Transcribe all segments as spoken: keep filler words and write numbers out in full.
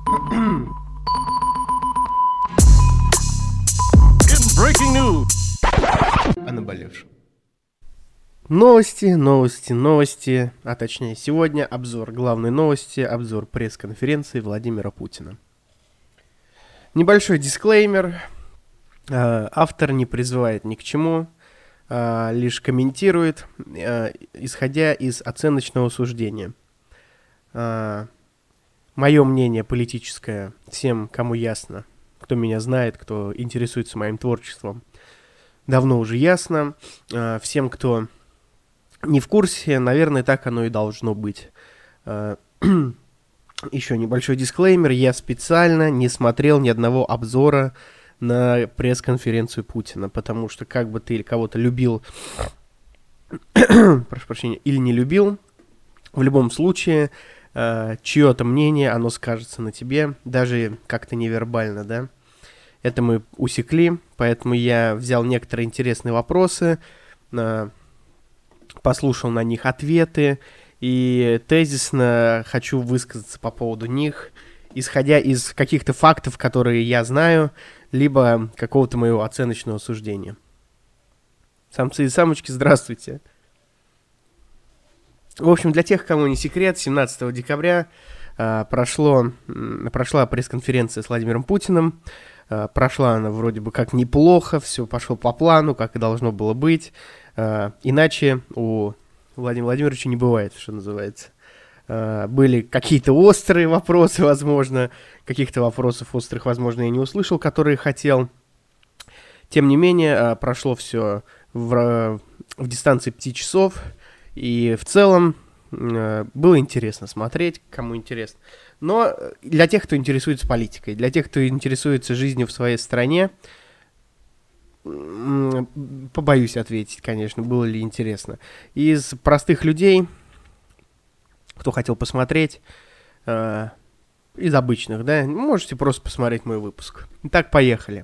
Breaking news. О наболевшем. Новости, новости, новости. А точнее, сегодня обзор главной новости, обзор пресс-конференции Владимира Путина. Небольшой дисклеймер. Автор не призывает ни к чему, лишь комментирует, исходя из оценочного суждения. Мое мнение политическое всем, кому ясно, кто меня знает, кто интересуется моим творчеством, давно уже ясно. Всем, кто не в курсе, наверное, так оно и должно быть. Еще небольшой дисклеймер. Я специально не смотрел ни одного обзора на пресс-конференцию Путина, потому что как бы ты кого-то любил, прошу прощения, или не любил, в любом случае, чье-то мнение, оно скажется на тебе, даже как-то невербально, да. Это мы усекли, поэтому я взял некоторые интересные вопросы, послушал на них ответы и тезисно хочу высказаться по поводу них, исходя из каких-то фактов, которые я знаю, либо какого-то моего оценочного суждения. Самцы и самочки, здравствуйте. В общем, для тех, кому не секрет, семнадцатого декабря э, прошло, э, прошла пресс-конференция с Владимиром Путиным. Э, прошла она вроде бы как неплохо, все пошло по плану, как и должно было быть. Э, иначе у Владимира Владимировича не бывает, что называется. Э, были какие-то острые вопросы, возможно, каких-то вопросов острых, возможно, я не услышал, которые хотел. Тем не менее, э, прошло все в, в дистанции пяти часов. И в целом э, было интересно смотреть, кому интересно. Но для тех, кто интересуется политикой, для тех, кто интересуется жизнью в своей стране, э, побоюсь ответить, конечно, было ли интересно. Из простых людей, кто хотел посмотреть, э, из обычных, да, можете просто посмотреть мой выпуск. Итак, поехали.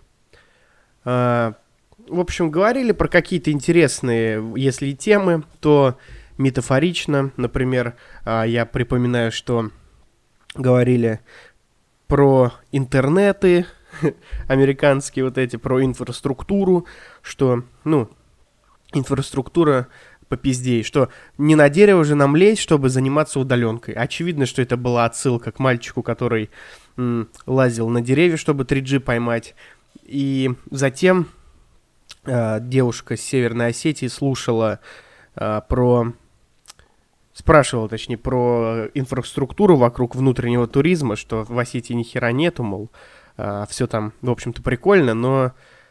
Э, в общем, говорили про какие-то интересные, если и темы, то метафорично. Например, я припоминаю, что говорили про интернеты американские вот эти, про инфраструктуру, что, ну, инфраструктура по пизде, что не на дерево же нам лезть, чтобы заниматься удаленкой. Очевидно, что это была отсылка к мальчику, который м, лазил на деревья, чтобы три джи поймать. И затем э, девушка с Северной Осетии слушала э, про... Спрашивал, точнее, про инфраструктуру вокруг внутреннего туризма, что в Осетии ни хера нету, мол, э, все там, в общем-то, прикольно, но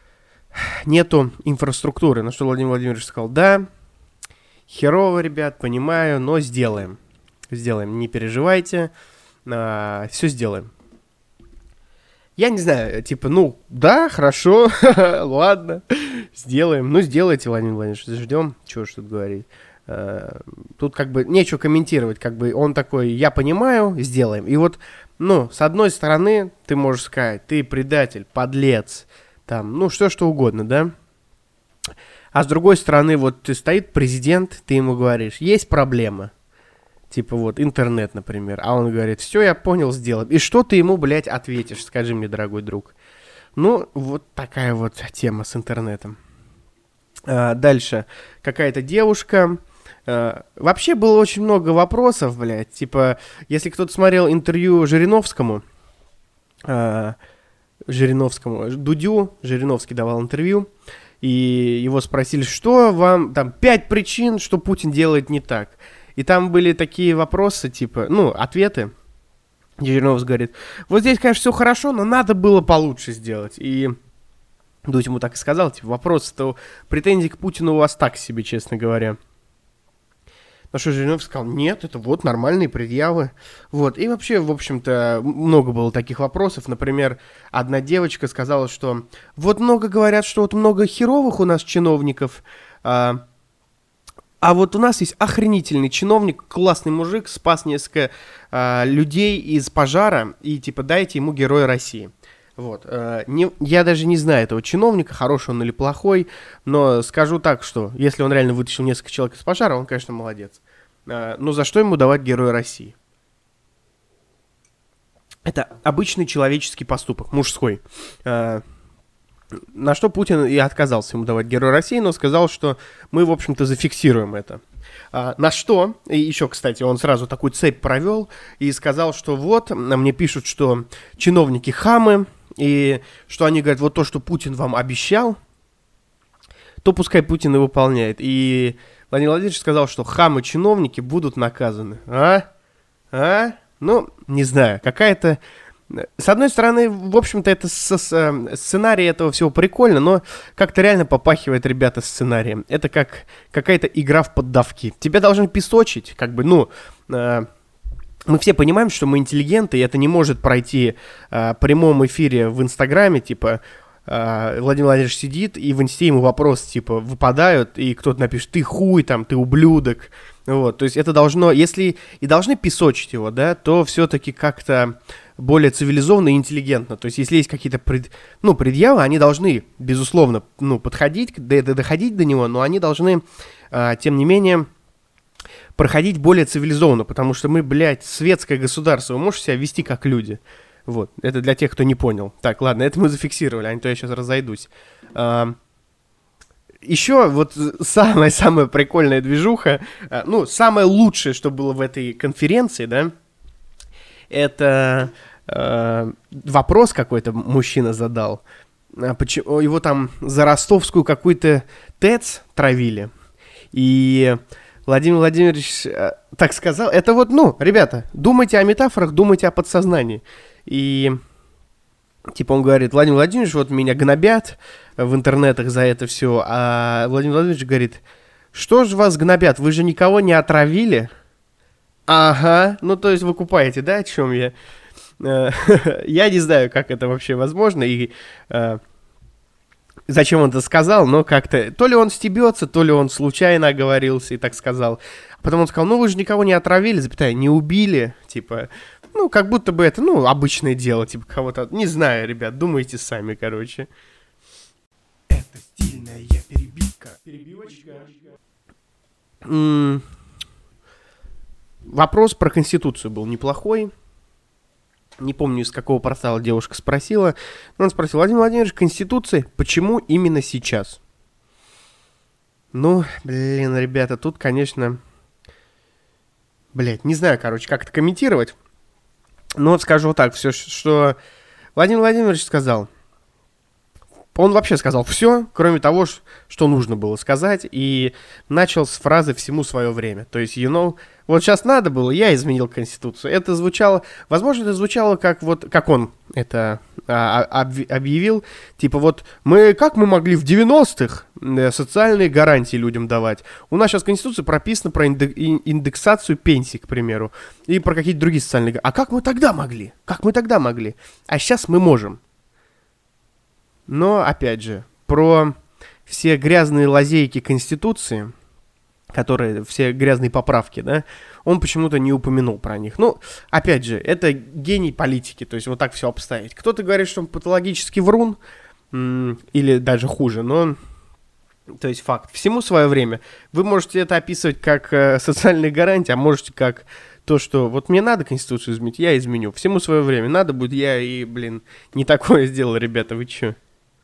нету инфраструктуры. На что Владимир Владимирович сказал: да, херово, ребят, понимаю, но сделаем. Сделаем, не переживайте, э, все сделаем. Я не знаю, типа, ну, да, хорошо, ладно, сделаем. Ну, сделайте, Владимир Владимирович, ждем, чего ж тут говорить. Тут как бы нечего комментировать, как бы он такой: я понимаю, сделаем. И вот, ну, с одной стороны, ты можешь сказать: ты предатель, подлец, там, ну, что что угодно, да? А с другой стороны, вот ты стоит президент, ты ему говоришь: есть проблема, типа вот интернет, например, а он говорит: все, я понял, сделаем. И что ты ему, блядь, ответишь, скажи мне, дорогой друг? Ну, вот такая вот тема с интернетом. А, дальше, какая-то девушка... Uh, вообще было очень много вопросов, блядь, типа, если кто-то смотрел интервью Жириновскому, uh, Жириновскому, Дудю, Жириновский давал интервью, и его спросили, что вам, там, пять причин, что Путин делает не так. И там были такие вопросы, типа, ну, ответы. Жириновский говорит: вот здесь, конечно, все хорошо, но надо было получше сделать. И Дудь ему так и сказал, типа, вопросы-то, претензии к Путину у вас так себе, честно говоря. На что Жириновский сказал: нет, это вот нормальные предъявы. Вот. И вообще, в общем-то, много было таких вопросов. Например, одна девочка сказала, что вот много говорят, что вот много херовых у нас чиновников, а, а вот у нас есть охренительный чиновник, классный мужик, спас несколько а, людей из пожара, и типа дайте ему Героя России. Вот. Э, не, я даже не знаю этого чиновника, хороший он или плохой, но скажу так, что если он реально вытащил несколько человек из пожара, он, конечно, молодец. Э, но за что ему давать Героя России? Это обычный человеческий поступок, мужской. Э, на что Путин и отказался ему давать Герой России, но сказал, что мы, в общем-то, зафиксируем это. А, на что, и еще, кстати, он сразу такую цепь провел и сказал, что вот, мне пишут, что чиновники хамы, и что они говорят, вот то, что Путин вам обещал, то пускай Путин и выполняет. И Владимир Владимирович сказал, что хамы-чиновники будут наказаны. А? А? Ну, не знаю, какая-то... С одной стороны, в общем-то, это с, с, сценарий этого всего прикольно, но как-то реально попахивает, ребята, сценарием. Это как какая-то игра в поддавки. Тебя должны песочить, как бы, ну... Э, мы все понимаем, что мы интеллигенты, и это не может пройти э, в прямом эфире в Инстаграме, типа... Uh, Владимир Владимирович сидит, и в инсте ему вопросы, типа, выпадают, и кто-то напишет, ты хуй, там, ты ублюдок, вот, то есть это должно, если и должны песочить его, да, то все-таки как-то более цивилизованно и интеллигентно, то есть если есть какие-то, пред, ну, предъявы, они должны, безусловно, ну, подходить, до, до, доходить до него, но они должны, uh, тем не менее, проходить более цивилизованно, потому что мы, блядь, светское государство, вы можете себя вести как люди. Вот, это для тех, кто не понял. Так, ладно, это мы зафиксировали, а не то я сейчас разойдусь. А, еще вот самая-самая прикольная движуха, а, ну, самое лучшее, что было в этой конференции, да, это а, вопрос какой-то мужчина задал. А, почему, его там за ростовскую какую-то ТЭЦ травили. И Владимир Владимирович а, так сказал. Это вот, ну, ребята, думайте о метафорах, думайте о подсознании. И, типа, он говорит, Владимир Владимирович, вот меня гнобят в интернетах за это все, а Владимир Владимирович говорит, что же вас гнобят, вы же никого не отравили? Ага, ну, то есть вы купаете, да, о чем я? Я не знаю, как это вообще возможно, и зачем он это сказал, но как-то, то ли он стебется, то ли он случайно оговорился и так сказал. А потом он сказал, ну, вы же никого не отравили, запятая, не убили, типа... Ну, как будто бы это, ну, обычное дело, типа кого-то... Не знаю, ребят, думайте сами, короче. Это стильная перебивка. Перебивочка. М-м- Вопрос про Конституцию был неплохой. Не помню, из какого портала девушка спросила. Но он спросил, Владимир Владимирович, Конституция, почему именно сейчас? Ну, блин, ребята, тут, конечно... Блять, не знаю, короче, как это комментировать. Ну, вот скажу вот так, все, что Владимир Владимирович сказал. Он вообще сказал все, кроме того, что нужно было сказать, и начал с фразы «всему свое время». То есть, you know, вот сейчас надо было, я изменил Конституцию. Это звучало, возможно, это звучало как вот, как он это а, об, объявил, типа вот, мы, как мы могли в девяностых социальные гарантии людям давать? У нас сейчас в Конституции прописано про индексацию пенсий, к примеру, и про какие-то другие социальные гарантии. А как мы тогда могли? Как мы тогда могли? А сейчас мы можем. Но, опять же, про все грязные лазейки Конституции, которые, все грязные поправки, да, он почему-то не упомянул про них. Ну, опять же, это гений политики, то есть вот так все обставить. Кто-то говорит, что он патологический врун, м- или даже хуже, но, то есть факт. Всему свое время. Вы можете это описывать как э, социальные гарантии, а можете как то, что вот мне надо Конституцию изменить, я изменю. Всему свое время. Надо будет, я и, блин, не такое сделал, ребята, вы чё?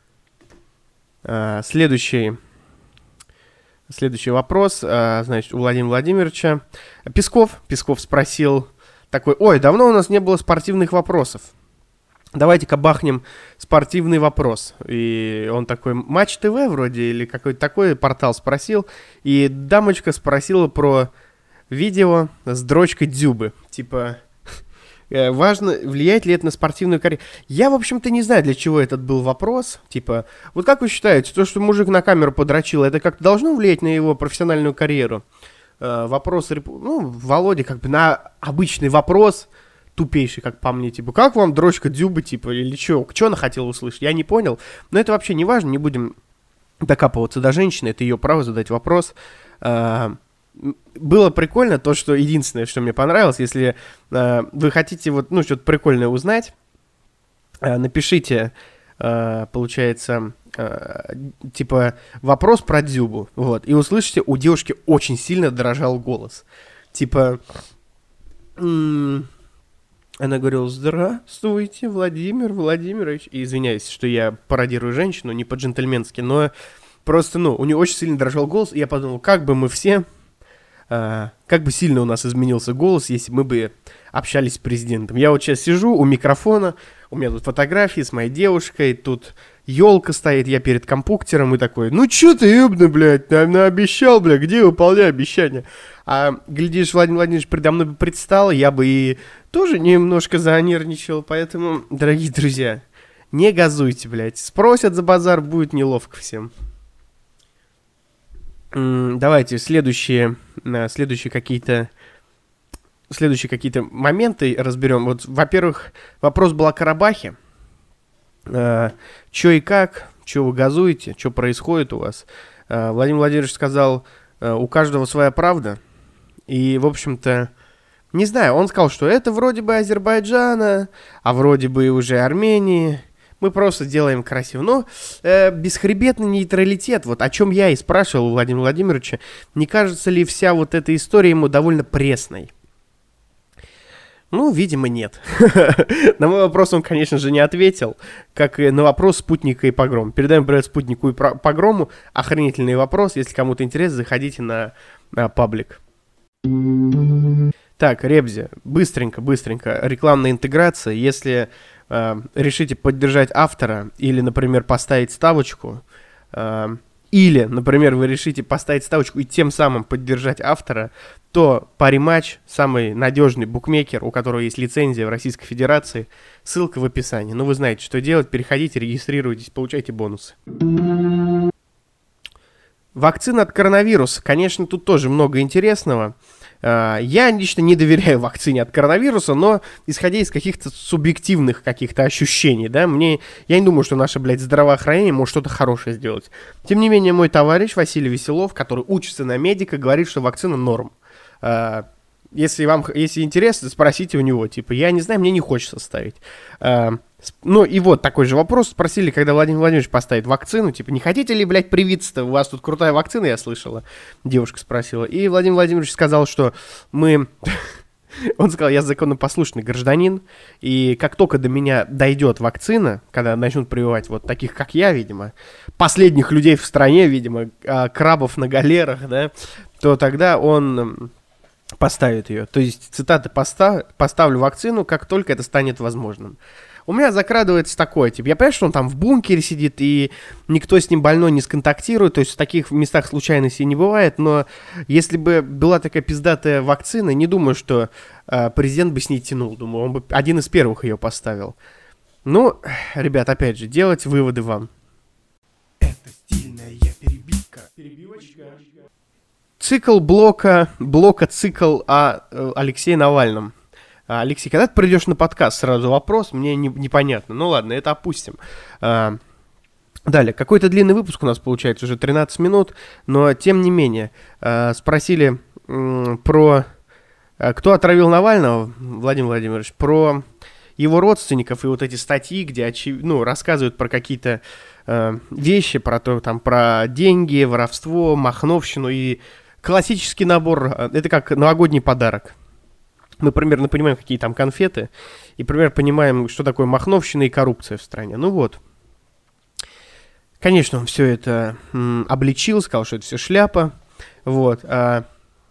Uh, следующий, следующий вопрос, uh, значит, у Владимира Владимировича. Песков, Песков спросил такой, ой, давно у нас не было спортивных вопросов. Давайте-ка бахнем спортивный вопрос. И он такой, Матч ТВ вроде, или какой-то такой портал спросил. И дамочка спросила про видео с дрочкой Дзюбы. Типа... Важно, влияет ли это на спортивную карьеру. Я, в общем-то, не знаю, для чего этот был вопрос. Типа, вот как вы считаете, то, что мужик на камеру подрочил, это как-то должно влиять на его профессиональную карьеру? Э, вопрос, ну, Володя, как бы на обычный вопрос, тупейший, как по мне, типа, как вам дрочка Дзюбы, типа, или что? Что она хотела услышать? Я не понял. Но это вообще не важно, не будем докапываться до женщины, это ее право задать вопрос. Э, Было прикольно то, что единственное, что мне понравилось, если э, вы хотите вот, ну, что-то прикольное узнать, э, напишите, э, получается, э, типа, вопрос про Дзюбу, вот, и услышите, у девушки очень сильно дрожал голос. Типа, м- Она говорила: здравствуйте, Владимир Владимирович. И извиняюсь, что я пародирую женщину, не по-джентльменски, но просто, ну, у нее очень сильно дрожал голос, и я подумал, как бы мы все, э, как бы сильно у нас изменился голос, если мы бы общались с президентом. Я вот сейчас сижу у микрофона, у меня тут фотографии с моей девушкой, тут елка стоит, я перед компьютером и такой: ну чё ты, ёбна, блядь, наобещал, блядь, где выполняй обещания? А, глядишь, Владимир Владимирович передо мной бы предстал, я бы и тоже немножко занервничал, поэтому, дорогие друзья, не газуйте, блядь, спросят за базар, будет неловко всем. М-м, давайте следующие, следующие какие-то... Следующие какие-то моменты разберем. Вот, во-первых, вопрос был о Карабахе. Э, чё и как, чё вы газуете, чё происходит у вас. Э, Владимир Владимирович сказал, э, у каждого своя правда. И, в общем-то, не знаю, он сказал, что это вроде бы Азербайджана, а вроде бы уже Армении. Мы просто делаем красиво. Но э, бесхребетный нейтралитет, вот о чем я и спрашивал у Владимира Владимировича, не кажется ли вся вот эта история ему довольно пресной? Ну, видимо, нет. На мой вопрос он, конечно же, не ответил, как и на вопрос спутника и погром. Передаем привет спутнику и погрому. Охренительный вопрос. Если кому-то интересно, заходите на, на паблик. Так, Ребзи, быстренько, быстренько. Рекламная интеграция. Если э, решите поддержать автора или, например, поставить ставочку... Э, Или, например, вы решите поставить ставочку и тем самым поддержать автора, то Париматч, самый надежный букмекер, у которого есть лицензия в Российской Федерации, ссылка в описании. Ну, вы знаете, что делать, переходите, регистрируйтесь, получайте бонусы. Вакцина от коронавируса. Конечно, тут тоже много интересного. Я лично не доверяю вакцине от коронавируса, но исходя из каких-то субъективных каких-то ощущений, да, мне, я не думаю, что наше, блядь, здравоохранение может что-то хорошее сделать. Тем не менее, мой товарищ Василий Веселов, который учится на медика, говорит, что вакцина норм. Если вам, если интересно, спросите у него, типа, я не знаю, мне не хочется ставить. Ну и вот такой же вопрос спросили, когда Владимир Владимирович поставит вакцину, типа, не хотите ли, блядь, привиться-то, у вас тут крутая вакцина, я слышала, девушка спросила. И Владимир Владимирович сказал, что мы... Он сказал, я законопослушный гражданин, и как только до меня дойдет вакцина, когда начнут прививать вот таких, как я, видимо, последних людей в стране, видимо, крабов на галерах, да, то тогда он... поставит ее. То есть, цитата, поста- поставлю вакцину, как только это станет возможным. У меня закрадывается такое, типа, я понимаю, что он там в бункере сидит, и никто с ним больной не сконтактирует, то есть в таких местах случайностей не бывает, но если бы была такая пиздатая вакцина, не думаю, что э, президент бы с ней тянул, думаю, он бы один из первых ее поставил. Ну, ребят, опять же, делать выводы вам. Это стильная перебивка. Перебивочка. Цикл блока, блока цикл о э, Алексее Навальном. А, Алексей, когда ты придешь на подкаст, сразу вопрос, мне не, непонятно. Ну ладно, это опустим. А, далее, какой-то длинный выпуск у нас получается, уже тринадцать минут, но тем не менее, а, спросили м, про, а, кто отравил Навального, Владимир Владимирович, про его родственников и вот эти статьи, где очи, ну, рассказывают про какие-то а, вещи, про, то, там, про деньги, воровство, махновщину и классический набор, это как новогодний подарок. Мы примерно понимаем, какие там конфеты, и примерно понимаем, что такое махновщина и коррупция в стране. Ну вот. Конечно, он все это м, обличил, сказал, что это все шляпа. Вот. А,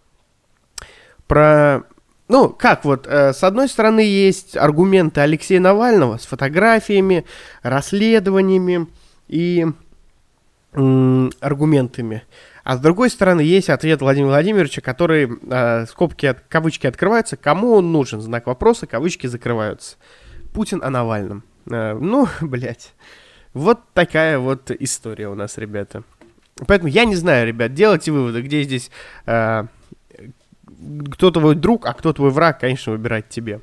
про... Ну, как вот, э, с одной стороны, есть аргументы Алексея Навального с фотографиями, расследованиями и м, аргументами. А с другой стороны, есть ответ Владимира Владимировича, который, э, скобки, от, кавычки открываются, кому он нужен, знак вопроса, кавычки закрываются. Путин о Навальном. Э, ну, блядь, вот такая вот история у нас, ребята. Поэтому я не знаю, ребят, делайте выводы, где здесь э, кто твой друг, а кто твой враг, конечно, выбирать тебе.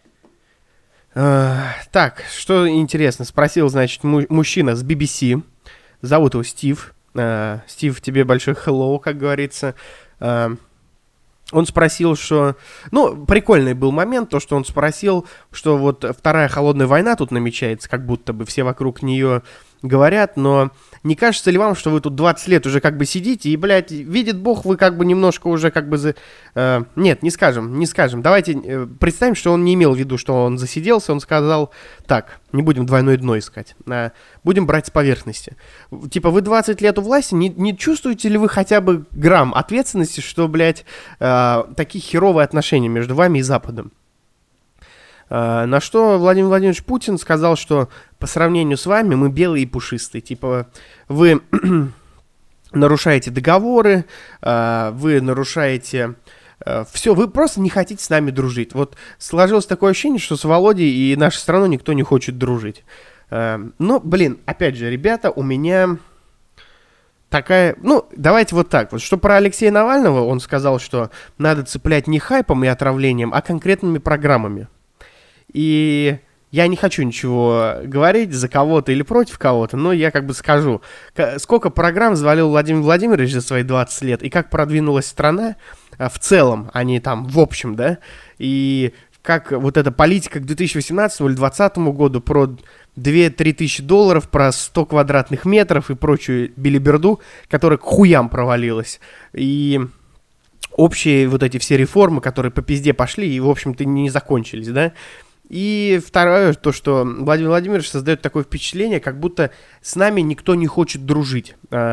Э, так, что интересно, спросил, значит, му- мужчина с би би си, зовут его Стив. Uh, Стив, тебе большой hello, как говорится. Uh, он спросил, что... Ну, прикольный был момент, то, что он спросил, что вот вторая холодная война тут намечается, как будто бы все вокруг нее говорят, но не кажется ли вам, что вы тут двадцать лет уже как бы сидите, и, блядь, видит Бог, вы как бы немножко уже как бы... За... Э, нет, не скажем, не скажем. Давайте э, представим, что он не имел в виду, что он засиделся, он сказал, так, не будем двойное дно искать, а будем брать с поверхности. Типа, вы двадцать лет у власти, не, не чувствуете ли вы хотя бы грамм ответственности, что, блядь, э, такие херовые отношения между вами и Западом? Uh, на что Владимир Владимирович Путин сказал, что по сравнению с вами мы белые и пушистые. Типа, вы нарушаете договоры, uh, вы нарушаете uh, все, вы просто не хотите с нами дружить. Вот сложилось такое ощущение, что с Володей и нашей страной никто не хочет дружить. Uh, но, блин, опять же, ребята, у меня такая... Ну, давайте вот так. Вот что про Алексея Навального, он сказал, что надо цеплять не хайпом и отравлением, а конкретными программами. И я не хочу ничего говорить за кого-то или против кого-то, но я как бы скажу, сколько программ завалил Владимир Владимирович за свои двадцать лет, и как продвинулась страна в целом, а не там в общем, да, и как вот эта политика к две тысячи восемнадцатому или две тысячи двадцатому году про две-три тысячи долларов, про сто квадратных метров и прочую билиберду, которая к хуям провалилась, и... общие вот эти все реформы, которые по пизде пошли и, в общем-то, не закончились, да. И второе, то, что Владимир Владимирович создает такое впечатление, как будто с нами никто не хочет дружить.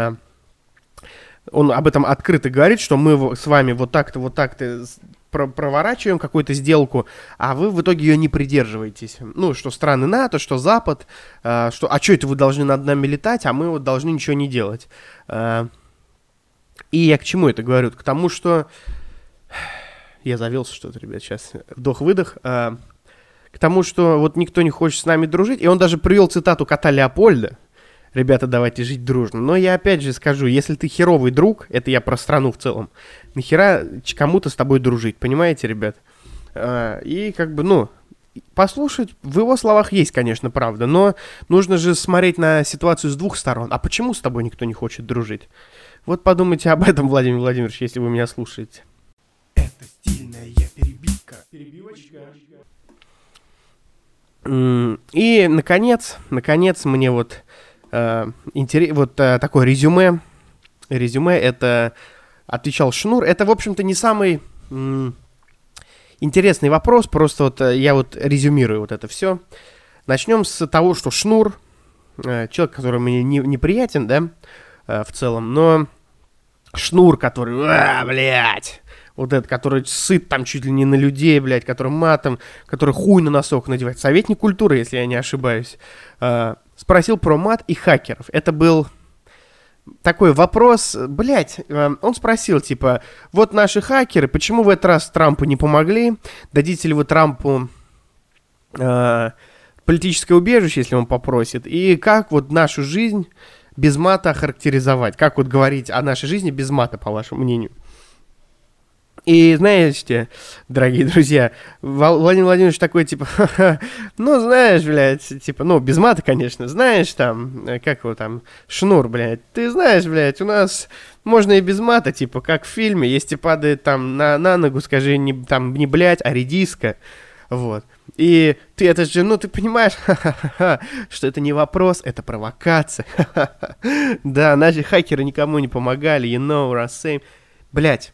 Он об этом открыто говорит, что мы с вами вот так-то, вот так-то проворачиваем какую-то сделку, а вы в итоге ее не придерживаетесь. Ну, что страны НАТО, что Запад, что, а что это вы должны над нами летать, а мы вот должны ничего не делать. И я к чему это говорю? К тому, что... Я завелся что-то, ребят, сейчас вдох-выдох. К тому, что вот никто не хочет с нами дружить. И он даже привел цитату кота Леопольда. Ребята, давайте жить дружно. Но я опять же скажу, если ты херовый друг, это я про страну в целом, нахера кому-то с тобой дружить, понимаете, ребят? И как бы, ну, послушать, в его словах есть, конечно, правда, но нужно же смотреть на ситуацию с двух сторон. А почему с тобой никто не хочет дружить? Вот подумайте об этом, Владимир Владимирович, если вы меня слушаете. Это стильная перебивка. Перебивочка. И, наконец, наконец, мне вот, э, интерес, вот э, такое резюме. Резюме, это отвечал Шнур. Это, в общем-то, не самый м- интересный вопрос, просто вот э, я вот резюмирую вот это все. Начнем с того, что Шнур, э, человек, который мне не, неприятен, да, э, в целом, но Шнур, который, а, блядь, вот этот, который сыт там чуть ли не на людей, блядь, который матом, который хуй на носок надевает. Советник культуры, если я не ошибаюсь. Э, спросил про мат и хакеров. Это был такой вопрос, блядь, э, он спросил, типа, вот наши хакеры, почему в этот раз Трампу не помогли? Дадите ли вы Трампу э, политическое убежище, если он попросит? И как вот нашу жизнь без мата охарактеризовать? Как вот говорить о нашей жизни без мата, по вашему мнению? И знаете, дорогие друзья, Владимир Владимирович такой, типа, ну, знаешь, блядь, типа, ну, без мата, конечно, знаешь, там, как его там, Шнур, блядь, ты знаешь, блядь, у нас можно и без мата, типа, как в фильме, если падает там на, на ногу, скажи, не, там, не блядь, а редиска, вот. И ты это же, ну, ты понимаешь, что это не вопрос, это провокация. Да, наши хакеры никому не помогали, you know, what I'm saying. Блядь.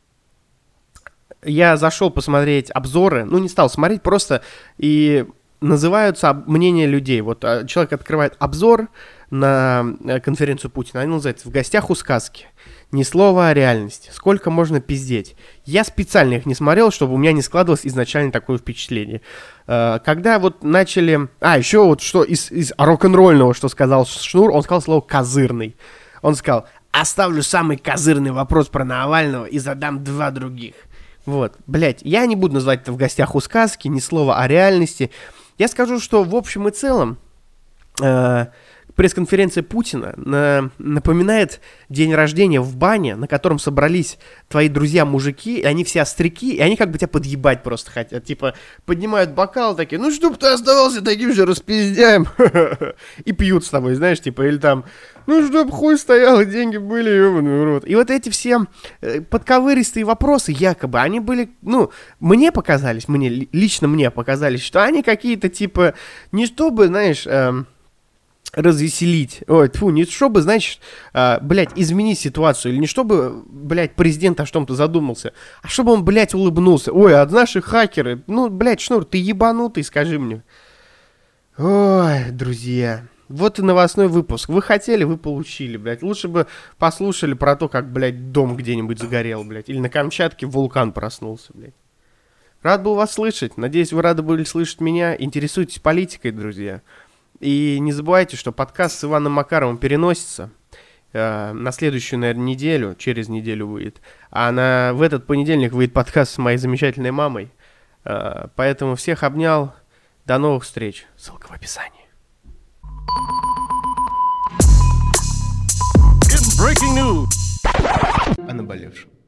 Я зашел посмотреть обзоры, ну, не стал смотреть, просто и называются мнения людей. Вот человек открывает обзор на конференцию Путина, они называются «В гостях у сказки». Ни слова о реальности. Сколько можно пиздеть? Я специально их не смотрел, чтобы у меня не складывалось изначально такое впечатление. Когда вот начали... А, еще вот что из, из рок-н-ролльного, что сказал Шнур, он сказал слово «козырный». Он сказал: оставлю самый козырный вопрос про Навального и задам два других. Вот, блять, я не буду называть это «В гостях у сказки», ни слова о реальности. Я скажу, что в общем и целом э, пресс-конференция Путина на, напоминает день рождения в бане, на котором собрались твои друзья-мужики, и они все остряки, и они как бы тебя подъебать просто хотят. Типа, поднимают бокал такие: ну, чтоб ты оставался таким же распиздяем. И пьют с тобой, знаешь, типа, или там: ну, чтоб хуй стоял, и деньги были, ёбаный в рот. И вот эти все подковыристые вопросы, якобы, они были, ну, мне показались, мне, лично мне показались, что они какие-то, типа, не чтобы, знаешь, эм, развеселить. Ой, тьфу, не чтобы, значит, а, блядь, изменить ситуацию. Или не чтобы, блядь, президент о чем-то задумался, а чтобы он, блядь, улыбнулся. Ой, а наши хакеры, ну, блядь, Шнур, ты ебанутый, скажи мне. Ой, друзья. Вот и новостной выпуск. Вы хотели, вы получили, блядь. Лучше бы послушали про то, как, блядь, дом где-нибудь загорел, блядь. Или на Камчатке вулкан проснулся, блядь. Рад был вас слышать. Надеюсь, вы рады были слышать меня. Интересуйтесь политикой, друзья. И не забывайте, что подкаст с Иваном Макаровым переносится э, на следующую, наверное, неделю. Через неделю выйдет. А на, в этот понедельник выйдет подкаст с моей замечательной мамой. Э, поэтому всех обнял. До новых встреч. Ссылка в описании. Breaking news. О наболевшем.